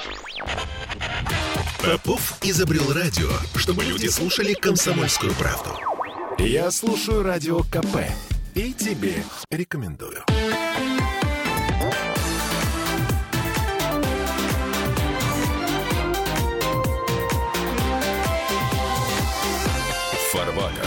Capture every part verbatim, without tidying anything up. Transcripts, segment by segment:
Попов изобрел радио, чтобы люди слушали «Комсомольскую правду». Я слушаю Радио КП и тебе рекомендую. Фарватер.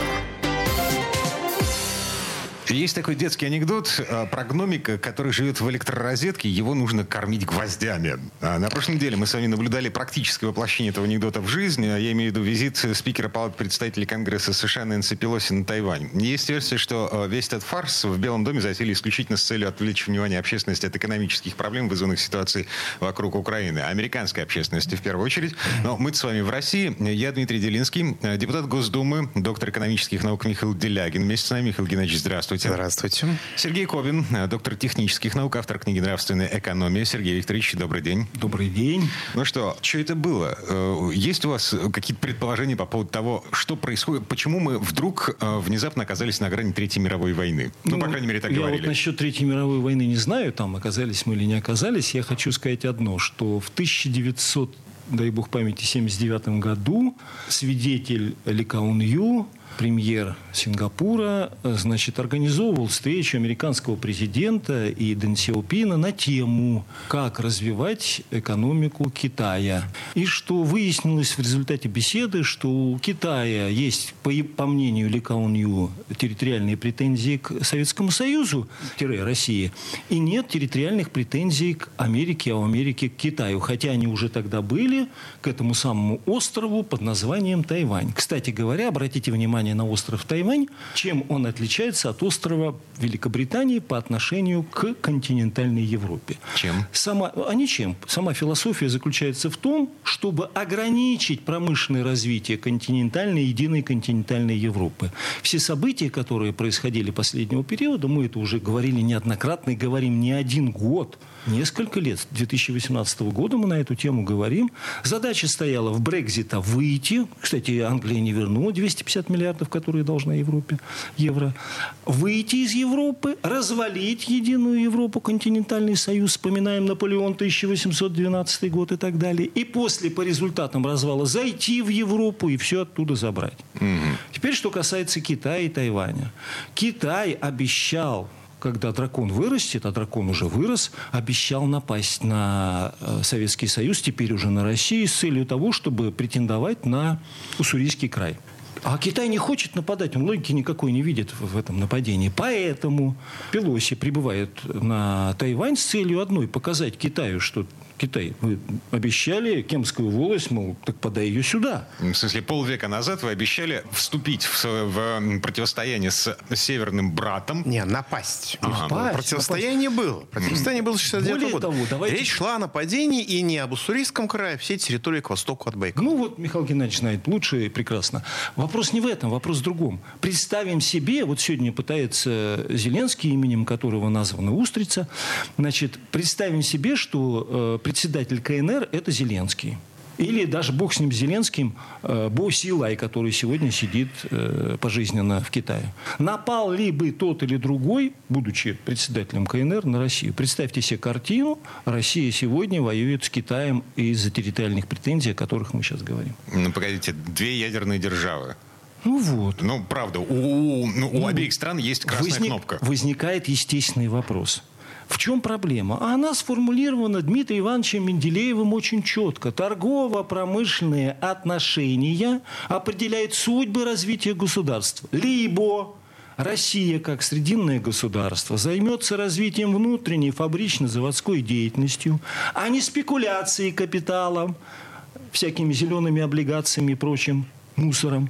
Есть такой детский анекдот про гномика, который живет в электророзетке, его нужно кормить гвоздями. На прошлой неделе мы с вами наблюдали практическое воплощение этого анекдота в жизни. Я имею в виду визит спикера Палаты представителей Конгресса США Нэнси Пелоси на Тайвань. Есть версия, что весь этот фарс в Белом доме затеяли исключительно с целью отвлечь внимание общественности от экономических проблем, вызванных ситуацией вокруг Украины. Американской общественности в первую очередь. Но мы с вами в России. Я Дмитрий Делинский, депутат Госдумы, доктор экономических наук Михаил Делягин. Вместе с нами, Михаил Геннадьевич, здравствуйте. Здравствуйте. Сергей Кобин, доктор технических наук, автор книги «Нравственная экономия». Сергей Викторович, добрый день. Добрый день. Ну что, что это было? Есть у вас какие-то предположения по поводу того, что происходит? Почему мы вдруг внезапно оказались на грани Третьей мировой войны? Ну, ну по крайней мере, так я говорили. Вот насчет Третьей мировой войны не знаю, там оказались мы или не оказались. Я хочу сказать одно, что в тысяча девятьсот, дай бог памяти, семьдесят девятом году свидетель Ли Куан Ю, премьер Сингапура, значит, организовывал встречу американского президента и Дэн Сяопина на тему, как развивать экономику Китая. И что выяснилось в результате беседы, что у Китая есть, по, по мнению Ли Куан Ю, территориальные претензии к Советскому Союзу, России, и нет территориальных претензий к Америке, а у Америки к Китаю. Хотя они уже тогда были к этому самому острову под названием Тайвань. Кстати говоря, обратите внимание на остров Тайвань, чем он отличается от острова Великобритании по отношению к континентальной Европе. Чем? Сама, а ничем. Сама философия заключается в том, чтобы ограничить промышленное развитие континентальной, единой континентальной Европы. Все события, которые происходили последнего периода, мы это уже говорили неоднократно и говорим не один год, несколько лет. С две тысячи восемнадцатого года мы на эту тему говорим. Задача стояла в Брексита выйти. Кстати, Англия не вернула двести пятьдесят миллиардов, которые должна Европе, евро. Выйти из Европы, развалить единую Европу, континентальный союз. Вспоминаем Наполеон, тысяча восемьсот двенадцатый год и так далее. И после, по результатам развала, зайти в Европу и все оттуда забрать. Mm-hmm. Теперь, что касается Китая и Тайваня. Китай обещал, когда дракон вырастет, а дракон уже вырос, обещал напасть на Советский Союз, теперь уже на Россию, с целью того, чтобы претендовать на Уссурийский край. А Китай не хочет нападать, он логики никакой не видит в этом нападении. Поэтому Пелоси прибывает на Тайвань с целью одной – показать Китаю, что Китай, вы обещали Кемскую волость, мол, так подай ее сюда. В смысле, полвека назад вы обещали вступить в, в противостояние с северным братом. Не, напасть. Ага. напасть Противостояние напасть. было. Противостояние было с шестьдесят девятого года. Того, давайте... Речь шла о нападении и не об Уссурийском крае, а всей территории к востоку от Байкала. Ну вот, Михаил Геннадьевич знает лучше и прекрасно. Вопрос не в этом, вопрос в другом. Представим себе, вот сегодня пытается Зеленский, именем которого названа Устрица, значит, представим себе, что э, председатель КНР – это Зеленский. Или даже бог с ним, Зеленским, э, Бо Силай, который сегодня сидит э, пожизненно в Китае. Напал ли бы тот или другой, будучи председателем КНР, на Россию? Представьте себе картину. Россия сегодня воюет с Китаем из-за территориальных претензий, о которых мы сейчас говорим. Ну, погодите, две ядерные державы. Ну вот. Ну, правда, у, у, ну, у ну, обеих стран есть красная возник, кнопка. Возникает естественный вопрос. В чем проблема? А она сформулирована Дмитрием Ивановичем Менделеевым очень четко. Торгово-промышленные отношения определяют судьбы развития государства. Либо Россия, как срединное государство, займется развитием внутренней фабрично-заводской деятельностью, а не спекуляцией капиталом, всякими зелеными облигациями и прочим мусором,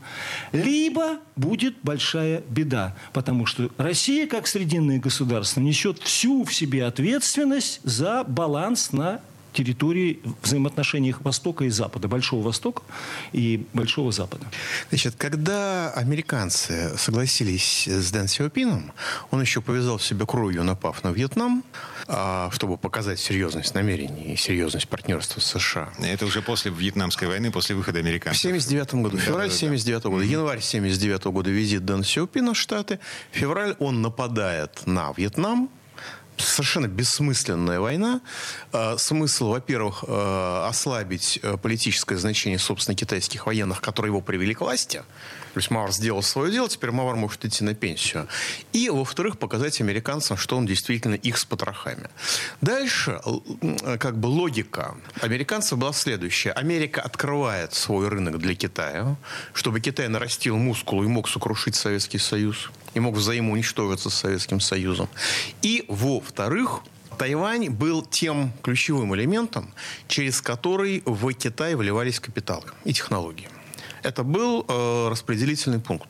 либо будет большая беда, потому что Россия, как срединное государство, несет всю в себе ответственность за баланс на территории взаимоотношениях Востока и Запада, Большого Востока и Большого Запада. Значит, когда американцы согласились с Дэн Сяопином, он еще повязал себе кровью, напав на Вьетнам, чтобы показать серьезность намерений и серьезность партнерства с США. Это уже после Вьетнамской войны, после выхода американцев. В семьдесят девятом году, февраль семьдесят девятого года, январь семьдесят девятого года визит Дэн Сяопина в Штаты, февраль он нападает на Вьетнам, совершенно бессмысленная война. Смысл, во-первых, ослабить политическое значение, собственно, китайских военных, которые его привели к власти. То есть Мауэр сделал свое дело, теперь Мауэр может идти на пенсию. И, во-вторых, показать американцам, что он действительно их с потрохами. Дальше, как бы логика американцев была следующая. Америка открывает свой рынок для Китая, чтобы Китай нарастил мускулы и мог сокрушить Советский Союз, и мог взаимоуничтожиться с Советским Союзом. И, во-вторых, Тайвань был тем ключевым элементом, через который в Китай вливались капиталы и технологии. Это был э, распределительный пункт.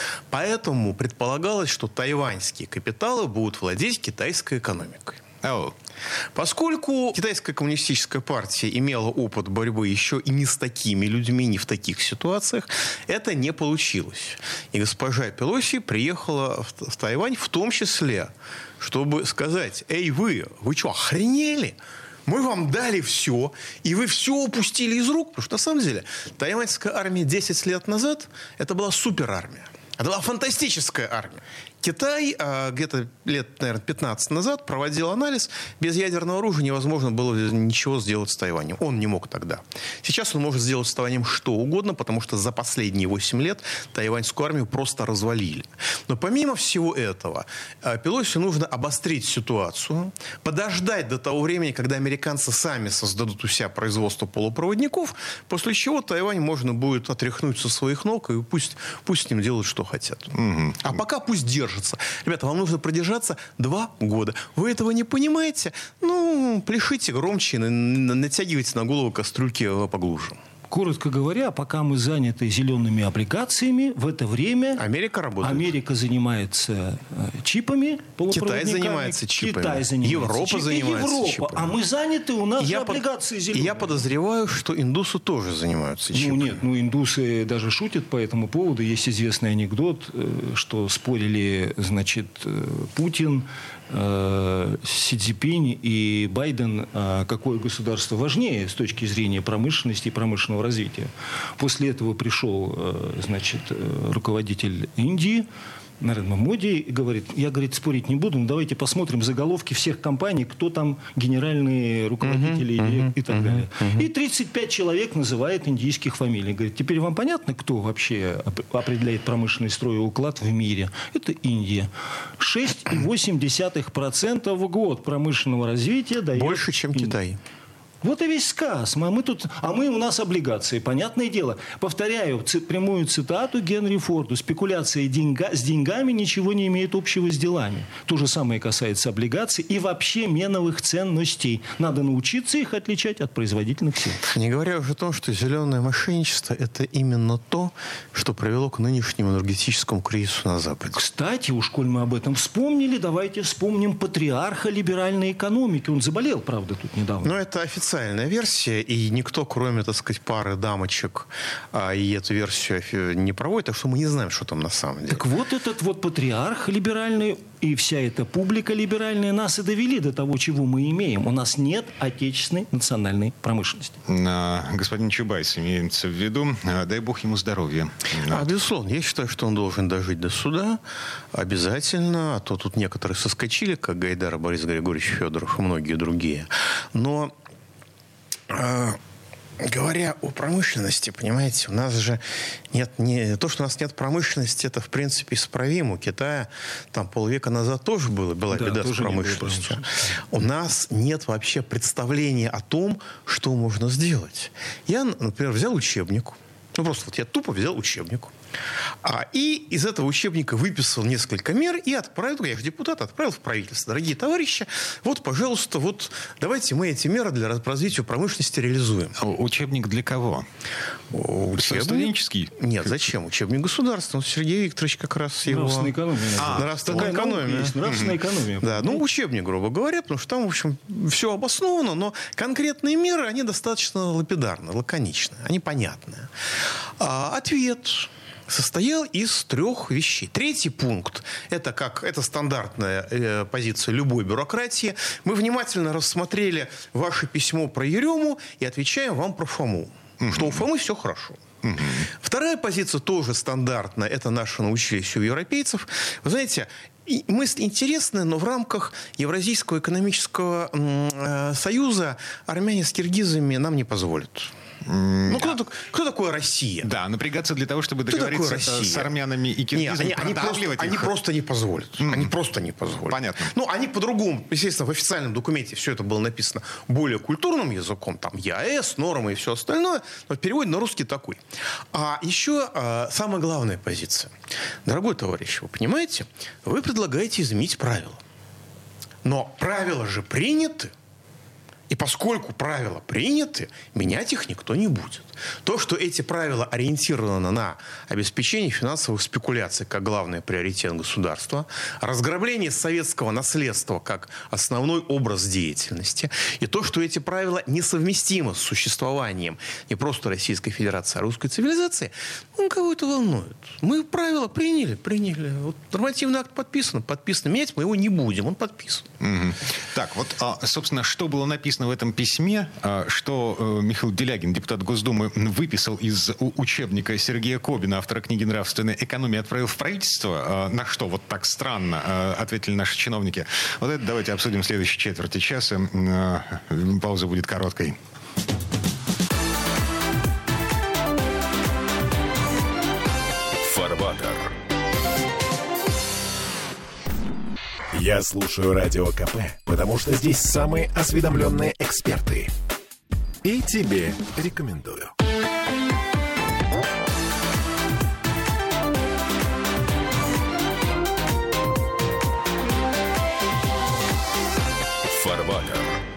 Поэтому предполагалось, что тайваньские капиталы будут владеть китайской экономикой. Oh. Поскольку Китайская коммунистическая партия имела опыт борьбы еще и не с такими людьми, не в таких ситуациях, это не получилось. И госпожа Пелоси приехала в, в Тайвань в том числе, чтобы сказать: «Эй, вы, вы что, охренели? Мы вам дали все, и вы все упустили из рук». Потому что, на самом деле, тайваньская армия десять лет назад – это была суперармия. Это была фантастическая армия. Китай а, где-то лет, наверное, пятнадцать назад проводил анализ. Без ядерного оружия невозможно было ничего сделать с Тайванем. Он не мог тогда. Сейчас он может сделать с Тайванем что угодно, потому что за последние восемь лет тайваньскую армию просто развалили. Но помимо всего этого, Пелоси нужно обострить ситуацию, подождать до того времени, когда американцы сами создадут у себя производство полупроводников, после чего Тайвань можно будет отряхнуть со своих ног, и пусть, пусть с ним делают, что хотят. Угу. А пока пусть держат. Ребята, вам нужно продержаться два года. Вы этого не понимаете? Ну, пляшите громче, натягивайте на голову кастрюльки поглубже. Коротко говоря, пока мы заняты зелеными облигациями, в это время Америка работает. Америка занимается чипами, Китай занимается чипами. Китай занимается Европа чипами. занимается Европа. чипами. А мы заняты, у нас я облигации под... зеленые. Я подозреваю, что индусы тоже занимаются чипами. Ну нет, ну индусы даже шутят по этому поводу. Есть известный анекдот, что спорили, значит, Путин, Си Цзиньпинь и Байден, какое государство важнее с точки зрения промышленности и промышленного развития. После этого пришел, значит, руководитель Индии, Нарендра Моди, и говорит: я, говорит, спорить не буду, но давайте посмотрим заголовки всех компаний, кто там генеральные руководители uh-huh, uh-huh, и так uh-huh, далее. Uh-huh. И тридцать пять человек называет индийских фамилий. Говорит: теперь вам понятно, кто вообще определяет промышленный строй и уклад в мире? Это Индия. шесть целых восемь десятых процента в год промышленного развития дает больше, чем Индия. Китай. Вот и весь сказ. А мы, тут, а мы у нас облигации. Понятное дело. Повторяю ци, прямую цитату Генри Форду. Спекуляция деньга, с деньгами ничего не имеет общего с делами. То же самое касается облигаций и вообще меновых ценностей. Надо научиться их отличать от производительных сил. Не говоря уже о том, что зеленое мошенничество – это именно то, что привело к нынешнему энергетическому кризису на Западе. Кстати, уж коль мы об этом вспомнили, давайте вспомним патриарха либеральной экономики. Он заболел, правда, тут недавно. Но это официально. Официальная версия, и никто, кроме, так сказать, пары дамочек, а, и эту версию не проводит, так что мы не знаем, что там на самом деле. Так вот этот вот патриарх либеральный и вся эта публика либеральная нас и довели до того, чего мы имеем. У нас нет отечественной национальной промышленности. А, господин Чубайс имеется в виду. Дай бог ему здоровья. А, безусловно. Я считаю, что он должен дожить до суда. Обязательно. А то тут некоторые соскочили, как Гайдар, Борис Григорьевич Федоров и многие другие. Но говоря о промышленности, понимаете, у нас же нет... Не, то, что у нас нет промышленности, это, в принципе, исправимо. У Китая там полвека назад тоже было, была да, беда с промышленностью. У нас нет вообще представления о том, что можно сделать. Я, например, взял учебник. Ну, просто вот я тупо взял учебник. А, и из этого учебника выписал несколько мер и отправил, я же депутат, отправил в правительство. Дорогие товарищи, вот, пожалуйста, вот давайте мы эти меры для развития промышленности реализуем. А учебник для кого? Учебник? Студенческий? Нет, зачем? Учебник государственный. Сергей Викторович как раз его... Нравственная экономия. А, нравственная экономия. Есть, нравственная экономия. Да, ну, учебник, грубо говоря, потому что там, в общем, все обосновано, но конкретные меры, они достаточно лапидарны, лаконичны, они понятны. А, ответ состоял из трех вещей. Третий пункт – это, как, это стандартная э, позиция любой бюрократии. Мы внимательно рассмотрели ваше письмо про Ерему и отвечаем вам про Фому. Mm-hmm. Что у Фомы все хорошо. Mm-hmm. Вторая позиция тоже стандартная. Это наши научились у европейцев. Вы знаете, мысль интересная, но в рамках Евразийского экономического э, союза армяне с киргизами нам не позволят. Ну, кто, кто такое Россия? Да, напрягаться для того, чтобы договориться с армянами и киргизами. Нет, они, они, просто, они просто не позволят. Mm. Они просто не позволят. Понятно. Ну, они по-другому. Естественно, в официальном документе все это было написано более культурным языком. Там ЕАЭС, нормы и все остальное. Но в переводе на русский такой. А еще а, самая главная позиция. Дорогой товарищ, вы понимаете, вы предлагаете изменить правила. Но правила же приняты. И поскольку правила приняты, менять их никто не будет. То, что эти правила ориентированы на обеспечение финансовых спекуляций как главный приоритет государства, разграбление советского наследства как основной образ деятельности, и то, что эти правила несовместимы с существованием не просто Российской Федерации, а русской цивилизации, ну, кого это волнует. Мы правила приняли, приняли. Вот нормативный акт подписан, подписан. Менять мы его не будем, он подписан. Угу. Так, вот, собственно, что было написано в этом письме, что Михаил Делягин, депутат Госдумы, выписал из учебника Сергея Кобина, автора книги «Нравственная экономия», отправил в правительство, на что вот так странно ответили наши чиновники. Вот это давайте обсудим в следующей четверти часа. Пауза будет короткой. Фарватер. Я слушаю Радио КП, потому что здесь самые осведомленные эксперты. И тебе рекомендую. Фарватер.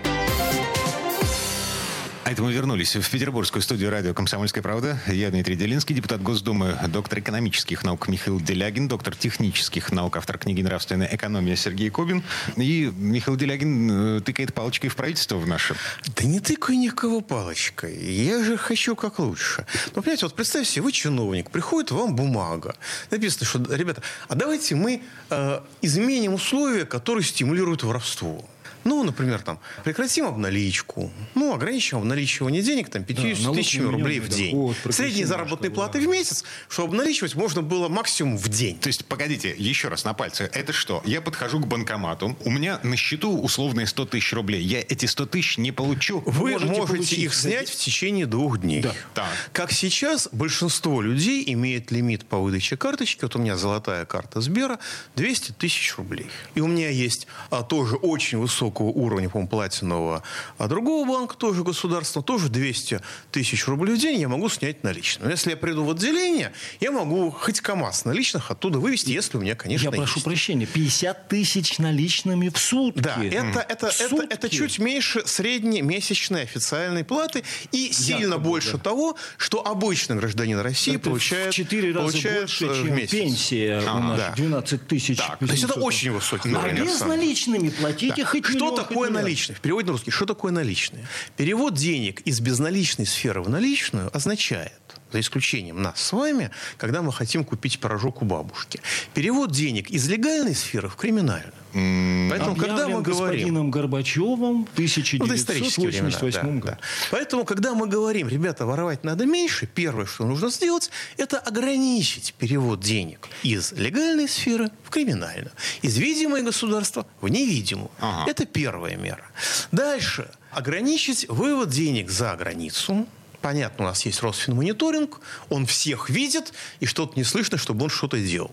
А это мы вернулись в петербургскую студию радио «Комсомольская правда». Я Дмитрий Делинский, депутат Госдумы, доктор экономических наук Михаил Делягин, доктор технических наук, автор книги «Нравственная экономия» Сергей Кобин. И Михаил Делягин тыкает палочкой в правительство в наше. Да не тыкай никого палочкой. Я же хочу как лучше. Ну, понимаете, вот представьте себе, вы чиновник, приходит вам бумага. Написано, что, ребята, а давайте мы э, изменим условия, которые стимулируют воровство. Ну, например, там, прекратим обналичку, ну, ограничим обналичивание денег там, пятьюдесятью да, тысячами рублей в день. Вот, средней заработной платы да. в месяц, чтобы обналичивать можно было максимум в день. То есть, погодите, еще раз на пальце. Это что? Я подхожу к банкомату, у меня на счету условные сто тысяч рублей. Я эти сто тысяч не получу. Вы можете, можете их снять в течение двух дней. Да. Так. Как сейчас большинство людей имеет лимит по выдаче карточки. Вот у меня золотая карта Сбера двести тысяч рублей. И у меня есть а, тоже очень высокий уровня, по-моему, платинового, а другого банка, тоже государства, тоже двести тысяч рублей в день я могу снять наличные. Но если я приду в отделение, я могу хоть КамАЗ наличных оттуда вывести, если у меня, конечно, я есть. прошу прощения, пятьдесят тысяч наличными в сутки. Да, это, это, это, это чуть меньше средней месячной официальной платы и сильно Якобы, больше да. того, что обычный гражданин России это получает в четыре раза получает больше, чем месяц. Пенсия а, у нас да. двенадцать тысяч. Так, то есть это очень высокий а уровень. А без наличными платите да. хоть Что миллион, такое наличные? В переводе на русский, что такое наличные? Перевод денег из безналичной сферы в наличную означает, за исключением нас с вами, когда мы хотим купить пирожок у бабушки. Перевод денег из легальной сферы в криминальную. Mm. Поэтому, когда мы говорим... господином Горбачевым в тысяча девятьсот восемьдесят восьмом году. Да. Поэтому, когда мы говорим, ребята, воровать надо меньше, первое, что нужно сделать, это ограничить перевод денег из легальной сферы в криминальную. Из видимой государства в невидимую. Ага. Это первая мера. Дальше. Ограничить вывод денег за границу. Понятно, у нас есть Росфинмониторинг, он всех видит, и что-то не слышно, чтобы он что-то делал.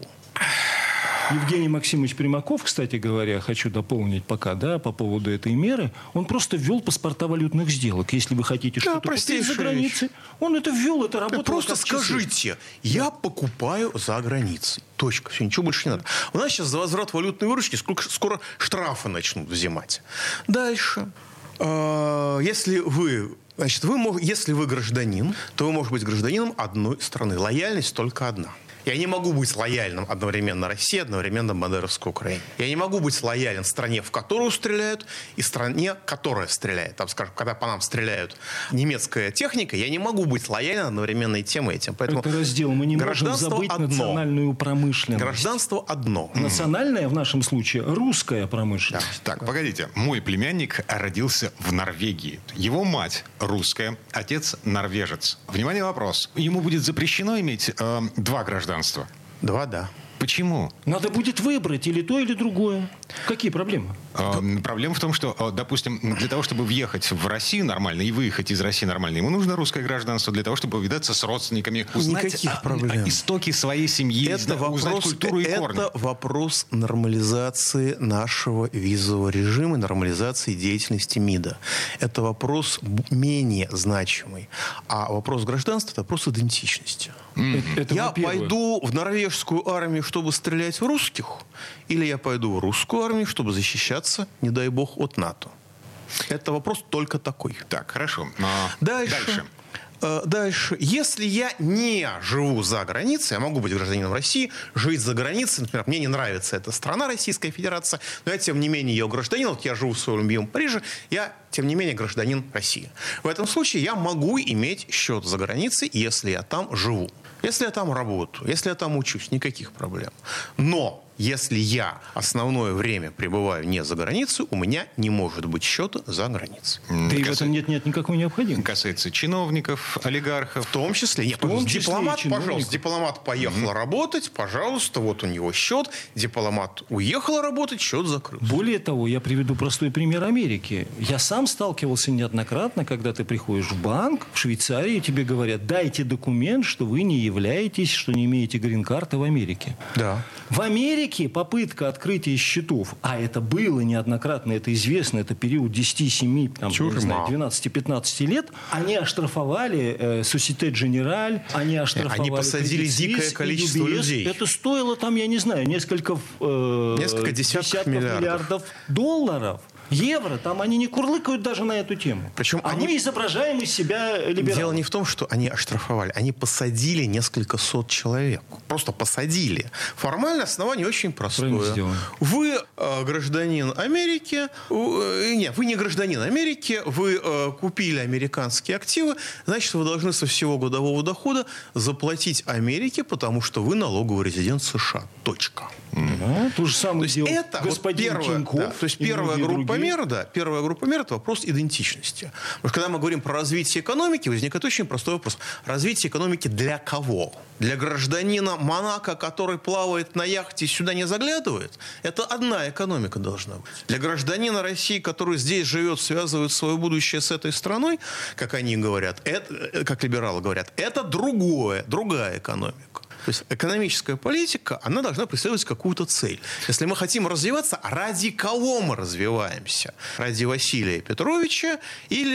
Евгений Максимович Примаков, кстати говоря, хочу дополнить пока, да, по поводу этой меры, он просто ввел паспорта валютных сделок. Если вы хотите да, что-то купить за границей, он это ввел, это работало. Просто скажите, я покупаю за границей. Точка. Все, ничего больше не надо. У нас сейчас за возврат валютной выручки сколько, скоро штрафы начнут взимать. Дальше. Если вы... Значит, вы, если вы гражданин, то вы можете быть гражданином одной страны. Лояльность только одна. Я не могу быть лояльным одновременно России, одновременно Бандеровской Украине. Я не могу быть лоялен стране, в которую стреляют, и стране, которая стреляет. Там, скажем, когда по нам стреляют немецкая техника, я не могу быть лоялен одновременно и тем, и этим. Поэтому это раздел. Мы не можем забыть одно. Национальную промышленность. Гражданство одно. Национальная, в нашем случае, русская промышленность. Да. Так, погодите. Мой племянник родился в Норвегии. Его мать русская, отец норвежец. Внимание, вопрос. Ему будет запрещено иметь э, два гражданства? Два, да. Почему? Надо будет выбрать или то, или другое. Какие проблемы? А, проблема в том, что, допустим, для того, чтобы въехать в Россию нормально и выехать из России нормально, ему нужно русское гражданство для того, чтобы повидаться с родственниками, узнать Никаких о, проблем. о истоки своей семьи, Это узнать вопрос, культуру и это корни. вопрос нормализации нашего визового режима, нормализации деятельности МИДа. Это вопрос менее значимый. А вопрос гражданства – это вопрос идентичности. Mm. Это, я во-первых. пойду в норвежскую армию, чтобы стрелять в русских, или я пойду в русскую армию, чтобы защищаться, не дай бог, от НАТО? Это вопрос только такой. Так, хорошо. А, Дальше. Дальше. Дальше. Если я не живу за границей, я могу быть гражданином России, жить за границей, например, мне не нравится эта страна, Российская Федерация, но я, тем не менее, ее гражданин, вот я живу в своем любимом Париже, я, тем не менее, гражданин России. В этом случае я могу иметь счет за границей, если я там живу. Если я там работаю, если я там учусь, никаких проблем. Но если я основное время пребываю не за границей, у меня не может быть счета за границей. Да и в этом нет, нет никакой необходимости. Касается чиновников, олигархов. В том числе. Нет, В том числе дипломат, и чиновников. пожалуйста, дипломат поехал mm-hmm. работать, пожалуйста, вот у него счет. Дипломат уехал работать, счет закрылся. Более того, я приведу простой пример Америки. Я сам сталкивался неоднократно, когда ты приходишь в банк в Швейцарии, тебе говорят, дайте документ, что вы не являетесь, что не имеете грин-карты в Америке. Да. В Америке попытка открытия счетов, а это было неоднократно, это известно, это период десять-семь, там, не знаю, двенадцать-пятнадцать лет, они оштрафовали э, Société Générale, они оштрафовали Они посадили Credit Suisse дикое и количество ю би эс. людей. Это стоило там, я не знаю, несколько, э, Несколько десятков десятков миллиардов. миллиардов долларов. Евро, там они не курлыкают даже на эту тему. Причем а они... мы изображаем из себя либералов. Дело не в том, что они оштрафовали. Они посадили несколько сот человек. Просто посадили. Формальное основание очень простое. Вы э, гражданин Америки. Э, нет, вы не гражданин Америки. Вы э, купили американские активы. Значит, вы должны со всего годового дохода заплатить Америке, потому что вы налоговый резидент США. Точка. Да, то же самое то делал это господин вот первая, Тинькофф. Да, то есть первая группа мер, да, первая группа мер – это вопрос идентичности. Потому что когда мы говорим про развитие экономики, возникает очень простой вопрос. Развитие экономики для кого? Для гражданина Монако, который плавает на яхте и сюда не заглядывает? Это одна экономика должна быть. Для гражданина России, который здесь живет, связывает свое будущее с этой страной, как они говорят, это, как либералы говорят, это другое, другая экономика. То есть экономическая политика, она должна преследовать какую-то цель. Если мы хотим развиваться, ради кого мы развиваемся? Ради Василия Петровича или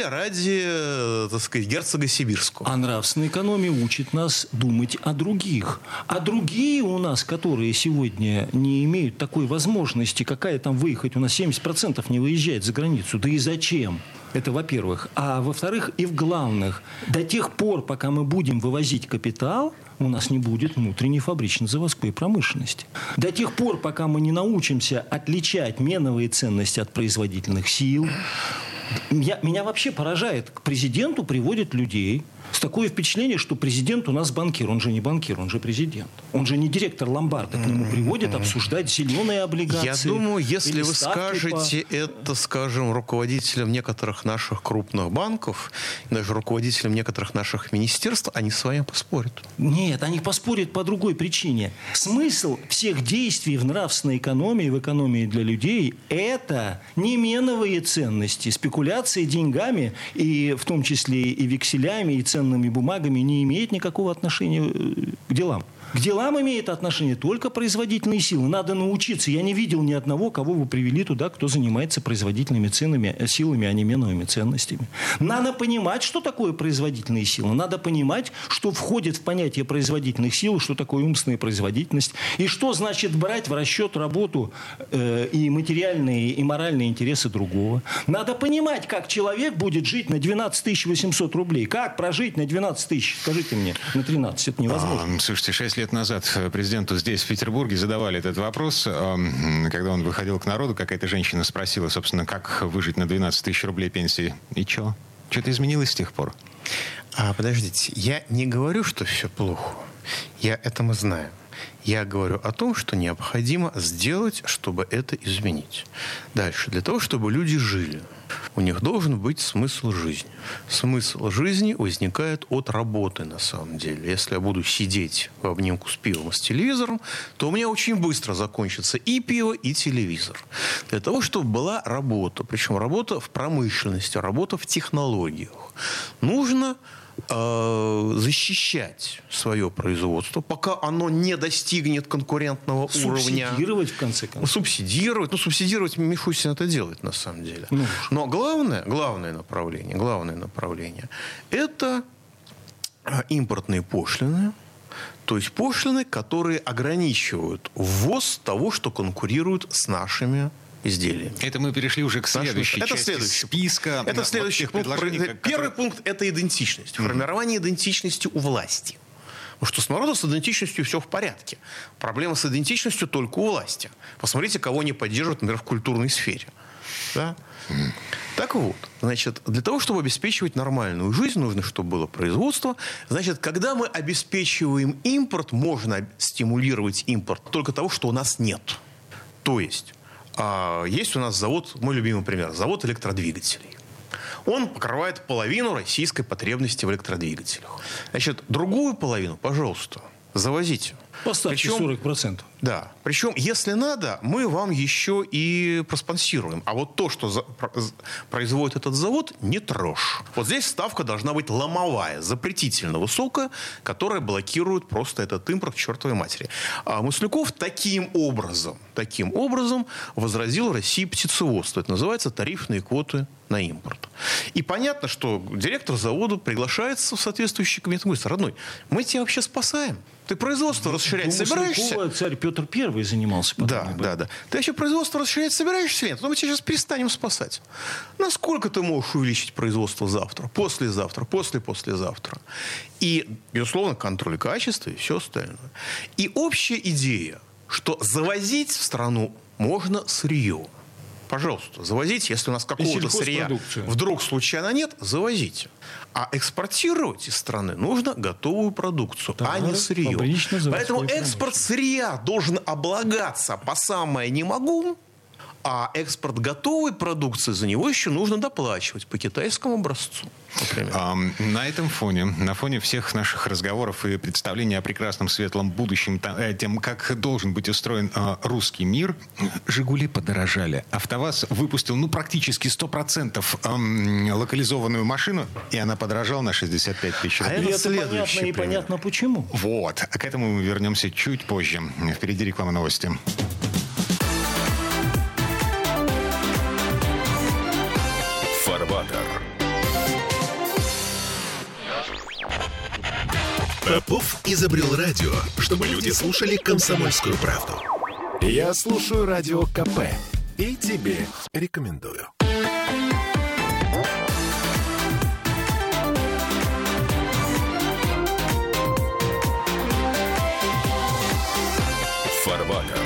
ради, так сказать, герцога Сибирского? А нравственная экономия учит нас думать о других. А другие у нас, которые сегодня не имеют такой возможности, какая там выехать, у нас семьдесят процентов не выезжает за границу. Да и зачем? Это во-первых. А во-вторых, и в главных, до тех пор, пока мы будем вывозить капитал, у нас не будет внутренней фабрично-заводской промышленности. До тех пор, пока мы не научимся отличать меновые ценности от производительных сил. Я, меня вообще поражает. К президенту приводят людей с такое впечатление, что президент у нас банкир. Он же не банкир, он же президент. Он же не директор ломбарда. К нему приводят обсуждать зеленые облигации. Я думаю, если вы скажете по... это, скажем, руководителям некоторых наших крупных банков, даже руководителям некоторых наших министерств, они с вами поспорят. Нет, они поспорят по другой причине. Смысл всех действий в нравственной экономии, в экономии для людей, это не меновые ценности, спекуляции деньгами, и в том числе и векселями, и ценными бумагами, не имеет никакого отношения к делам. К делам имеет отношение только производительные силы. Надо научиться. Я не видел ни одного, кого вы привели туда, кто занимается производительными ценами, силами, а не меновыми ценностями. Надо понимать, что такое производительные силы. Надо понимать, что входит в понятие производительных сил, что такое умственная производительность, и что значит брать в расчет работу э, и материальные, и моральные интересы другого. Надо понимать, как человек будет жить на двенадцать тысяч восемьсот рублей. Как прожить на двенадцать тысяч? Скажите мне, на тринадцать. Это невозможно. А, слушайте, шесть лет назад президенту здесь, в Петербурге, задавали этот вопрос. Когда он выходил к народу, какая-то женщина спросила, собственно, как выжить на двенадцать тысяч рублей пенсии. И что? Что-то изменилось с тех пор? А, подождите, я не говорю, что все плохо. Я это мы знаем. Я говорю о том, что необходимо сделать, чтобы это изменить. Дальше. Для того, чтобы люди жили. у них должен быть смысл жизни. Смысл жизни возникает от работы, на самом деле. Если я буду сидеть в обнимку с пивом и с телевизором, то у меня очень быстро закончится и пиво, и телевизор. Для того, чтобы была работа, причем работа в промышленности, работа в технологиях, нужно э, защищать свое производство, пока оно не достигнет конкурентного уровня. Субсидировать, в конце концов. Субсидировать. Ну, субсидировать Мишустин это делает, на самом деле. Ну, Но главное, главное направление, главное направление – это импортные пошлины, то есть пошлины, которые ограничивают ввоз того, что конкурирует с нашими изделиями. Это мы перешли уже к следующей это части следующий списка. Это следующий пункт. Которые... Первый пункт – это идентичность. Mm-hmm. Формирование идентичности у власти. Потому что с народом с идентичностью все в порядке. Проблема с идентичностью только у власти. Посмотрите, кого не поддерживают, например, в культурной сфере. Да? Mm. Так вот, значит, для того, чтобы обеспечивать нормальную жизнь, нужно, чтобы было производство. Значит, когда мы обеспечиваем импорт, можно стимулировать импорт только того, что у нас нет. То есть, а, есть у нас завод, мой любимый пример, завод электродвигателей. Он покрывает половину российской потребности в электродвигателях. Значит, другую половину, пожалуйста, завозите. Поставьте причем, сорок процентов. Да. Причем, если надо, мы вам еще и проспонсируем. А вот то, что за, производит этот завод, не трожь. Вот здесь ставка должна быть ломовая, запретительно высокая, которая блокирует просто этот импорт к чертовой матери. А Масляков таким образом, таким образом возразил России птицеводство. Это называется тарифные квоты на импорт. И понятно, что директор завода приглашается в соответствующий комитет. Говорит: родной, мы тебя вообще спасаем. Ты производство расширять ну, собираешься? Царь Петр Первый занимался. Да, да, да. Ты вообще производство расширять собираешься? Нет, но мы тебя сейчас перестанем спасать. Насколько ты можешь увеличить производство завтра, послезавтра, после-послезавтра? И, безусловно, контроль качества и все остальное. И общая идея, что завозить в страну можно сырье. Пожалуйста, завозите. Если у нас какого-то сырья вдруг случайно нет, завозите. А экспортировать из страны нужно готовую продукцию, да, а не сырье. Поэтому экспорт сырья должен облагаться по самое не могу, а экспорт готовой продукции за него еще нужно доплачивать по китайскому образцу. А, на этом фоне, на фоне всех наших разговоров и представлений о прекрасном светлом будущем, тем, как должен быть устроен а, русский мир, «Жигули» подорожали. «АвтоВАЗ» выпустил ну, практически сто процентов эм, локализованную машину, и она подорожала на шестьдесят пять тысяч рублей. А это, это понятно и понятно почему. Вот. А к этому мы вернемся чуть позже. Впереди реклама, новости. Фарватер. Попов изобрел радио, чтобы люди слушали «Комсомольскую правду». Я слушаю радио КП и тебе рекомендую. Фарватер.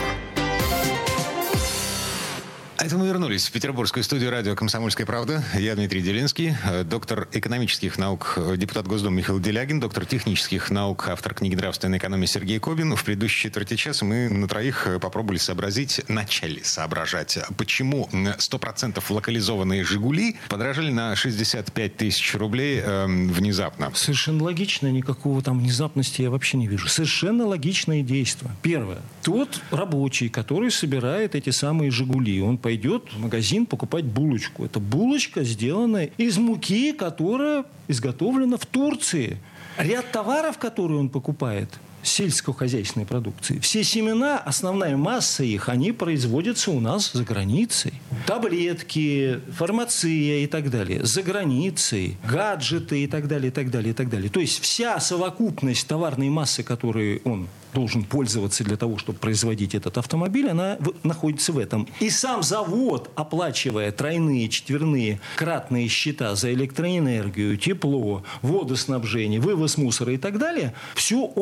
А это мы вернулись в петербургскую студию радио «Комсомольская правда». Я Дмитрий Делинский, доктор экономических наук, депутат Госдумы Михаил Делягин, доктор технических наук, автор книги «Нравственная экономия» Сергей Кобин. В предыдущей четверти часа мы на троих попробовали сообразить, начали соображать, почему сто процентов локализованные «Жигули» подорожали на шестьдесят пять тысяч рублей э, внезапно. Совершенно логично, никакого там внезапности я вообще не вижу. Совершенно логичное действие. Первое. Тот рабочий, который собирает эти самые «Жигули», он пойдет в магазин покупать булочку. Это булочка, сделанная из муки, которая изготовлена в Турции. Ряд товаров, которые он покупает, сельскохозяйственной продукции, все семена, основная масса их, они производятся у нас за границей. Таблетки, фармация и так далее. За границей. Гаджеты и так далее, и так далее, и так далее. То есть вся совокупность товарной массы, которой он должен пользоваться для того, чтобы производить этот автомобиль, она в, находится в этом. И сам завод, оплачивая тройные, четверные, кратные счета за электроэнергию, тепло, водоснабжение, вывоз мусора и так далее, все он платит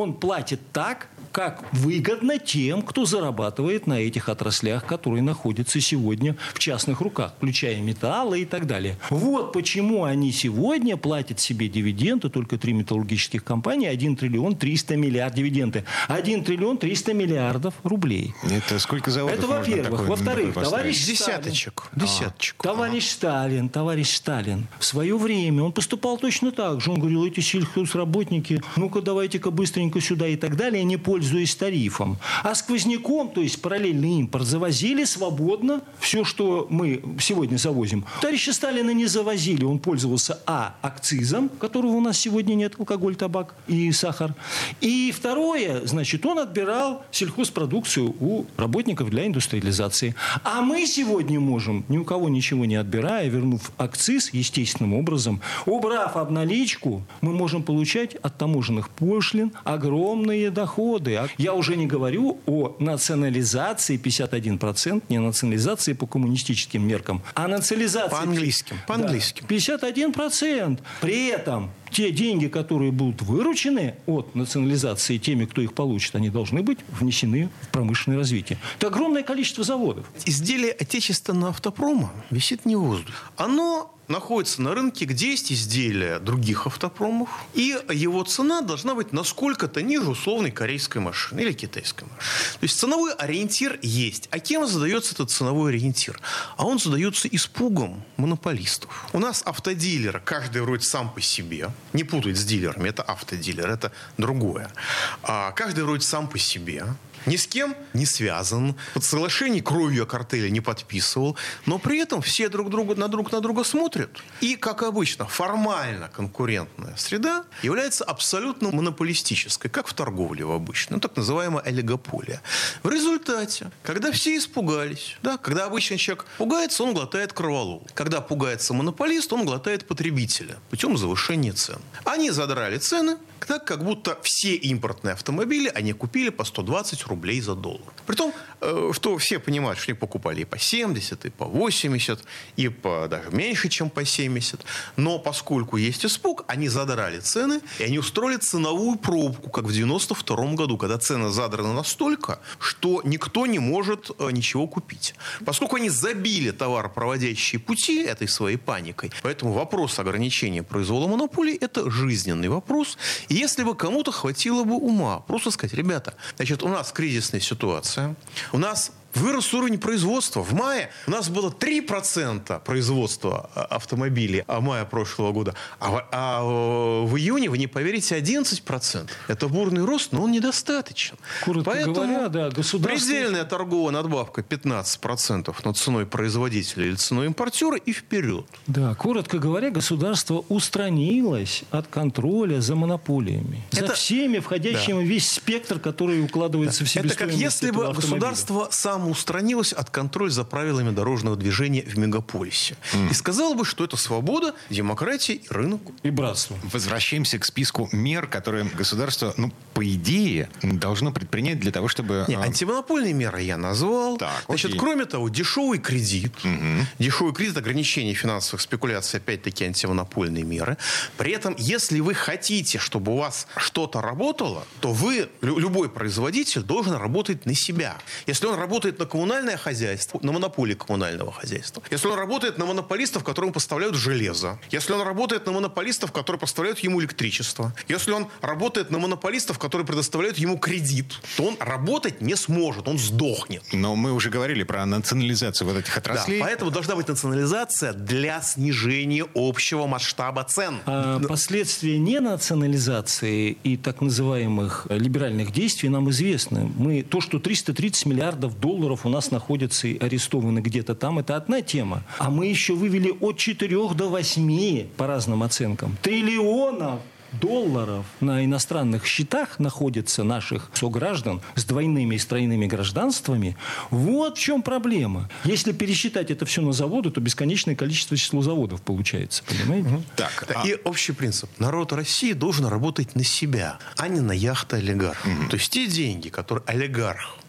платит так, как выгодно тем, кто зарабатывает на этих отраслях, которые находятся сегодня в частных руках, включая металлы и так далее. Вот почему они сегодня платят себе дивиденды, только три металлургических компании, один триллион триста миллиардов дивиденды. один триллион триста миллиардов рублей. Это сколько заводов? Это, во-первых. Во-вторых, товарищ Десяточек. Сталин, Десяточек. А, товарищ Сталин, товарищ Сталин в свое время, он поступал точно так же. Он говорил, эти сельхозработники, ну-ка давайте-ка быстренько сюда и так далее, не пользуясь тарифом. А сквозняком, то есть параллельный импорт, завозили свободно все, что мы сегодня завозим. Товарища Сталина не завозили. Он пользовался, а, акцизом, которого у нас сегодня нет, алкоголь, табак и сахар. И второе, значит, он отбирал сельхозпродукцию у работников для индустриализации. А мы сегодня можем, ни у кого ничего не отбирая, вернув акциз естественным образом, убрав обналичку, мы можем получать от таможенных пошлин огромные доходы. Я уже не говорю о национализации пятьдесят один процент, не национализации по коммунистическим меркам, а национализации... По-английски. По-английски. Да, пятьдесят один процент. При этом те деньги, которые будут выручены от национализации теми, кто их получит, они должны быть внесены в промышленное развитие. Это огромное количество заводов. Изделие отечественного автопрома висит не в воздухе. Оно находится на рынке, где есть изделия других автопромов, и его цена должна быть насколько-то ниже условной корейской машины или китайской машины. То есть ценовой ориентир есть. А кем задается этот ценовой ориентир? А он задается испугом монополистов. У нас автодилер, каждый вроде сам по себе. Не путать с дилерами, это автодилер, это другое. А каждый вроде сам по себе. Ни с кем не связан, под соглашений кровью о картеле не подписывал, но при этом все друг друга на друг на друга смотрят. И, как обычно, формально конкурентная среда является абсолютно монополистической, как в торговле в обычной, ну, так называемая олигополия. В результате, когда все испугались, да, когда обычный человек пугается, он глотает корвалол. Когда пугается монополист, он глотает потребителя путем завышения цен. Они задрали цены, так, как будто все импортные автомобили они купили по сто двадцать рублей за доллар. Притом, э, что все понимают, что они покупали и по семьдесят, и по восемьдесят, и по даже меньше, чем по семьдесят. Но поскольку есть испуг, они задрали цены, и они устроили ценовую пробку, как в девяносто втором году, когда цены задраны настолько, что никто не может э, ничего купить. Поскольку они забили товаропроводящие пути этой своей паникой, поэтому вопрос ограничения произвола монополий – это жизненный вопрос. И если бы кому-то хватило бы ума просто сказать, ребята, значит, у нас кризисная ситуация, у нас вырос уровень производства. В мае у нас было три процента производства автомобилей а мая прошлого года. А в, а в июне, вы не поверите, одиннадцать процентов. Это бурный рост, но он недостаточен. Коротко Поэтому говоря, да, государство... предельная торговая надбавка пятнадцать процентов над ценой производителя или ценой импортера и вперед. Да, коротко говоря, государство устранилось от контроля за монополиями. Это... За всеми входящими, да, весь спектр, который укладывается, да, в себестоимость. Это как если бы государство сам устранилось от контроля за правилами дорожного движения в мегаполисе. Mm. И сказал бы, что это свобода, демократия и рынок. И братство. Возвращаемся к списку мер, которые государство, ну, по идее, должно предпринять для того, чтобы... Не, антимонопольные меры я назвал. Так, Значит, кроме того, дешевый кредит. Mm-hmm. Дешевый кредит, ограничение финансовых спекуляций, опять-таки антимонопольные меры. При этом, если вы хотите, чтобы у вас что-то работало, то вы, любой производитель, должен работать на себя. Если он работает на коммунальное хозяйство, на монополии коммунального хозяйства, если он работает на монополистов, которым поставляют железо, если он работает на монополистов, которые поставляют ему электричество, если он работает на монополистов, которые предоставляют ему кредит, то он работать не сможет, он сдохнет. Но мы уже говорили про национализацию вот этих отраслей. Да, поэтому должна быть национализация для снижения общего масштаба цен. А последствия ненационализации и так называемых либеральных действий нам известны. Мы, то, что триста тридцать миллиардов долларов у нас находятся и арестованы где-то там, это одна тема. А мы еще вывели от четырёх до восьми, по разным оценкам, триллионов долларов на иностранных счетах находятся наших сограждан с двойными и с тройными гражданствами. Вот в чем проблема. Если пересчитать это все на заводы, то бесконечное количество число заводов получается. Понимаете? Угу. Так, а... И общий принцип. Народ России должен работать на себя, а не на яхты олигархов. Угу. То есть те деньги, которые олигарх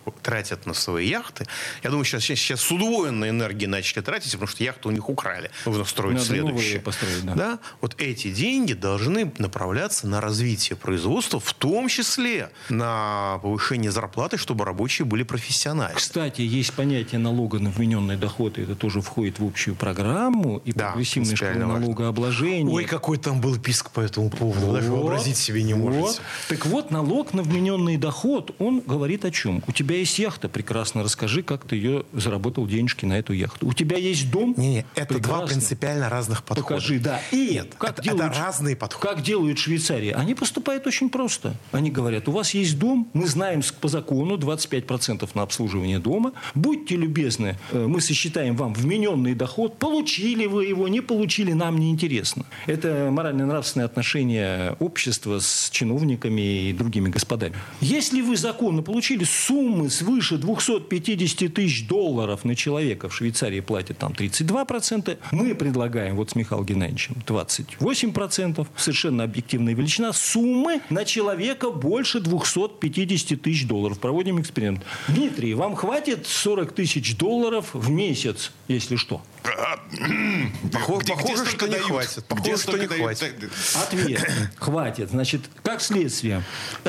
тратят на свои яхты. Я думаю, сейчас, сейчас с удвоенной энергией начали тратить, потому что яхты у них украли. Нужно строить Надо следующее. Построить, да. Да? Вот эти деньги должны направляться на развитие производства, в том числе на повышение зарплаты, чтобы рабочие были профессиональны. Кстати, есть понятие налога на вмененный доход, и это тоже входит в общую программу, и Да, прогрессивная шкала принципиально важно. налогообложения. Ой, какой там был писк по этому поводу. Вы даже вообразить себе не можете. Вот. Так вот, налог на вмененный доход, он говорит о чем? У тебя есть яхта, прекрасно, расскажи, как ты ее заработал денежки на эту яхту. У тебя есть дом? Не-не, это прекрасно. два принципиально разных подхода. Покажи, да. И Нет, как это, делают, это разные подходы. Как делают в Швейцарии? Они поступают очень просто. Они говорят, у вас есть дом, мы знаем по закону двадцать пять процентов на обслуживание дома. Будьте любезны, мы сосчитаем вам вмененный доход. Получили вы его, не получили, нам не интересно. Это морально-нравственное отношение общества с чиновниками и другими господами. Если вы законно получили суммы свыше двести пятьдесят тысяч долларов на человека, в Швейцарии платят там тридцать два процента, мы предлагаем, вот с Михаилом Геннадьевичем, двадцать восемь процентов, совершенно объективная величина, суммы на человека больше двести пятьдесят тысяч долларов. Проводим эксперимент. Дмитрий, вам хватит сорок тысяч долларов в месяц, если что? Похоже, Где- похоже где что столько не дают? хватит. Где Похоже, что столько не дают? хватит. Ответ. Хватит. Значит, как следствие.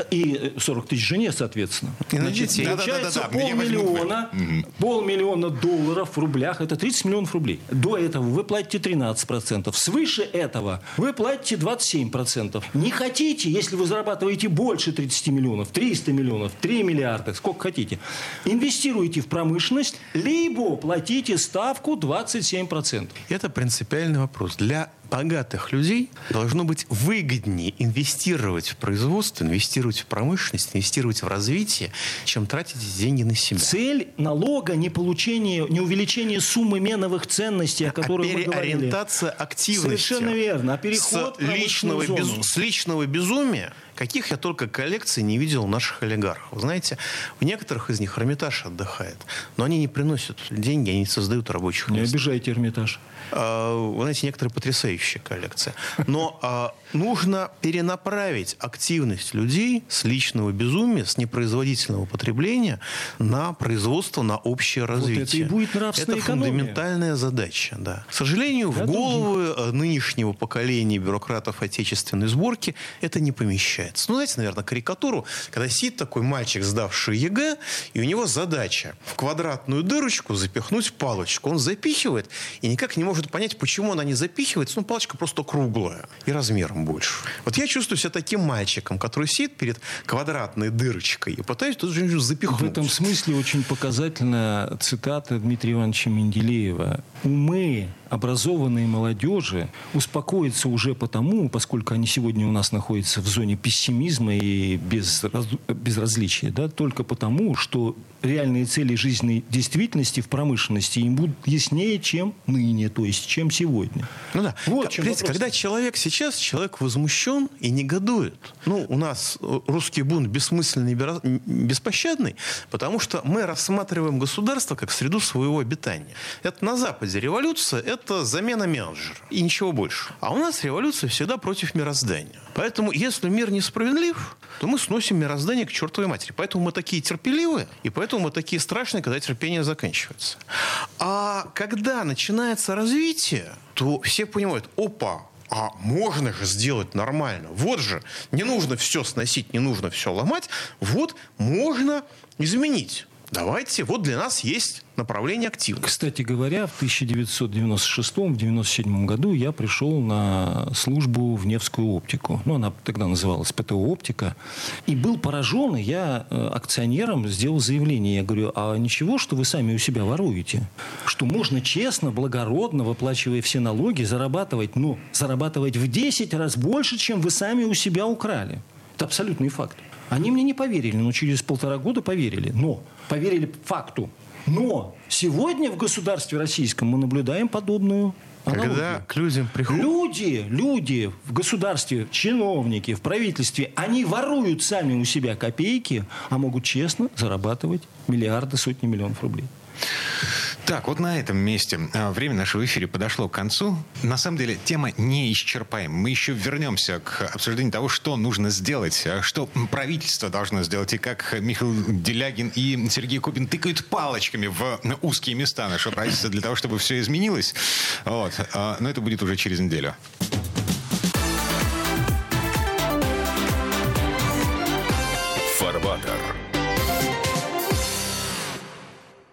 И сорок тысяч жене, соответственно. И на Значит, детей. получается Да-да-да-да. Где возьмут полмиллиона, полмиллиона долларов в рублях. Это тридцать миллионов рублей. До этого вы платите тринадцать процентов. Свыше этого вы платите двадцать семь процентов. Не хотите, если вы зарабатываете больше тридцати миллионов, триста миллионов, три миллиарда, сколько хотите, инвестируйте в промышленность, либо платите ставку двадцать семь процентов. Это принципиальный вопрос. Для богатых людей должно быть выгоднее инвестировать в производство, инвестировать в промышленность, инвестировать в развитие, чем тратить эти деньги на себя. Цель налога не получение, не увеличение суммы меновых ценностей, о которых а мы говорили. переориентация активности. Совершенно верно. А переход с в личного, промышленную зону. без- с личного безумия, каких я только коллекций не видел у наших олигархов. Вы знаете, в некоторых из них Эрмитаж отдыхает, но они не приносят деньги, они создают рабочих Не мест. обижайте Эрмитаж. А, Вы знаете, некоторые потрясающие коллекции. Но а, нужно перенаправить активность людей с личного безумия, с непроизводительного потребления на производство, на общее развитие. это и будет нравственная Это экономия. фундаментальная задача. Да. К сожалению, в Для головы а, нынешнего поколения бюрократов отечественной сборки это не помещается. Ну, знаете, наверное, карикатуру, когда сидит такой мальчик, сдавший ЕГЭ, и у него задача в квадратную дырочку запихнуть палочку. Он запихивает и никак не может понять, почему она не запихивается. Ну, палочка просто круглая и размером больше. Вот я чувствую себя таким мальчиком, который сидит перед квадратной дырочкой и пытаюсь тут же запихнуть. В этом смысле очень показательна цитата Дмитрия Ивановича Менделеева. «Умы образованной молодежи успокоятся уже потому, поскольку они сегодня у нас находятся в зоне пессимизма и безраз... безразличия, да, только потому, что реальные цели жизненной действительности в промышленности им будут яснее, чем ныне, то есть чем сегодня». Ну да. Вот К- в чем Понимаете, вопрос. когда человек сейчас, человек возмущен и негодует. Ну, у нас русский бунт бессмысленный и бера- беспощадный, потому что мы рассматриваем государство как среду своего обитания. Это на Западе революция, это замена менеджера и ничего больше. А у нас революция всегда против мироздания. Поэтому, если мир несправедлив, то мы сносим мироздание к чертовой матери. Поэтому мы такие терпеливые, и поэтому мы такие страшные, когда терпение заканчивается. А когда начинается развитие, то все понимают, опа, а можно же сделать нормально. Вот же, не нужно все сносить, не нужно все ломать. Вот можно изменить. Давайте, вот для нас есть направление активности. Кстати говоря, в тысяча девятьсот девяносто шестом — девяносто седьмом году я пришел на службу в Невскую оптику. Ну, она тогда называлась ПТО «Оптика». И был поражен, и я э, акционерам сделал заявление. Я говорю, а ничего, что вы сами у себя воруете? Что можно честно, благородно, выплачивая все налоги, зарабатывать, ну, зарабатывать в десять раз больше, чем вы сами у себя украли. Это абсолютный факт. Они мне не поверили, но через полтора года поверили. Но поверили факту. Но сегодня в государстве российском мы наблюдаем подобную аналогию. Когда к людям приходят... Люди, люди в государстве, чиновники, в правительстве, они воруют сами у себя копейки, а могут честно зарабатывать миллиарды, сотни миллионов рублей. Так, вот на этом месте время нашего эфира подошло к концу. На самом деле, тема неисчерпаема. Мы еще вернемся к обсуждению того, что нужно сделать, что правительство должно сделать, и как Михаил Делягин и Сергей Купин тыкают палочками в узкие места нашего правительства для того, чтобы все изменилось. Вот. Но это будет уже через неделю. Фарватер.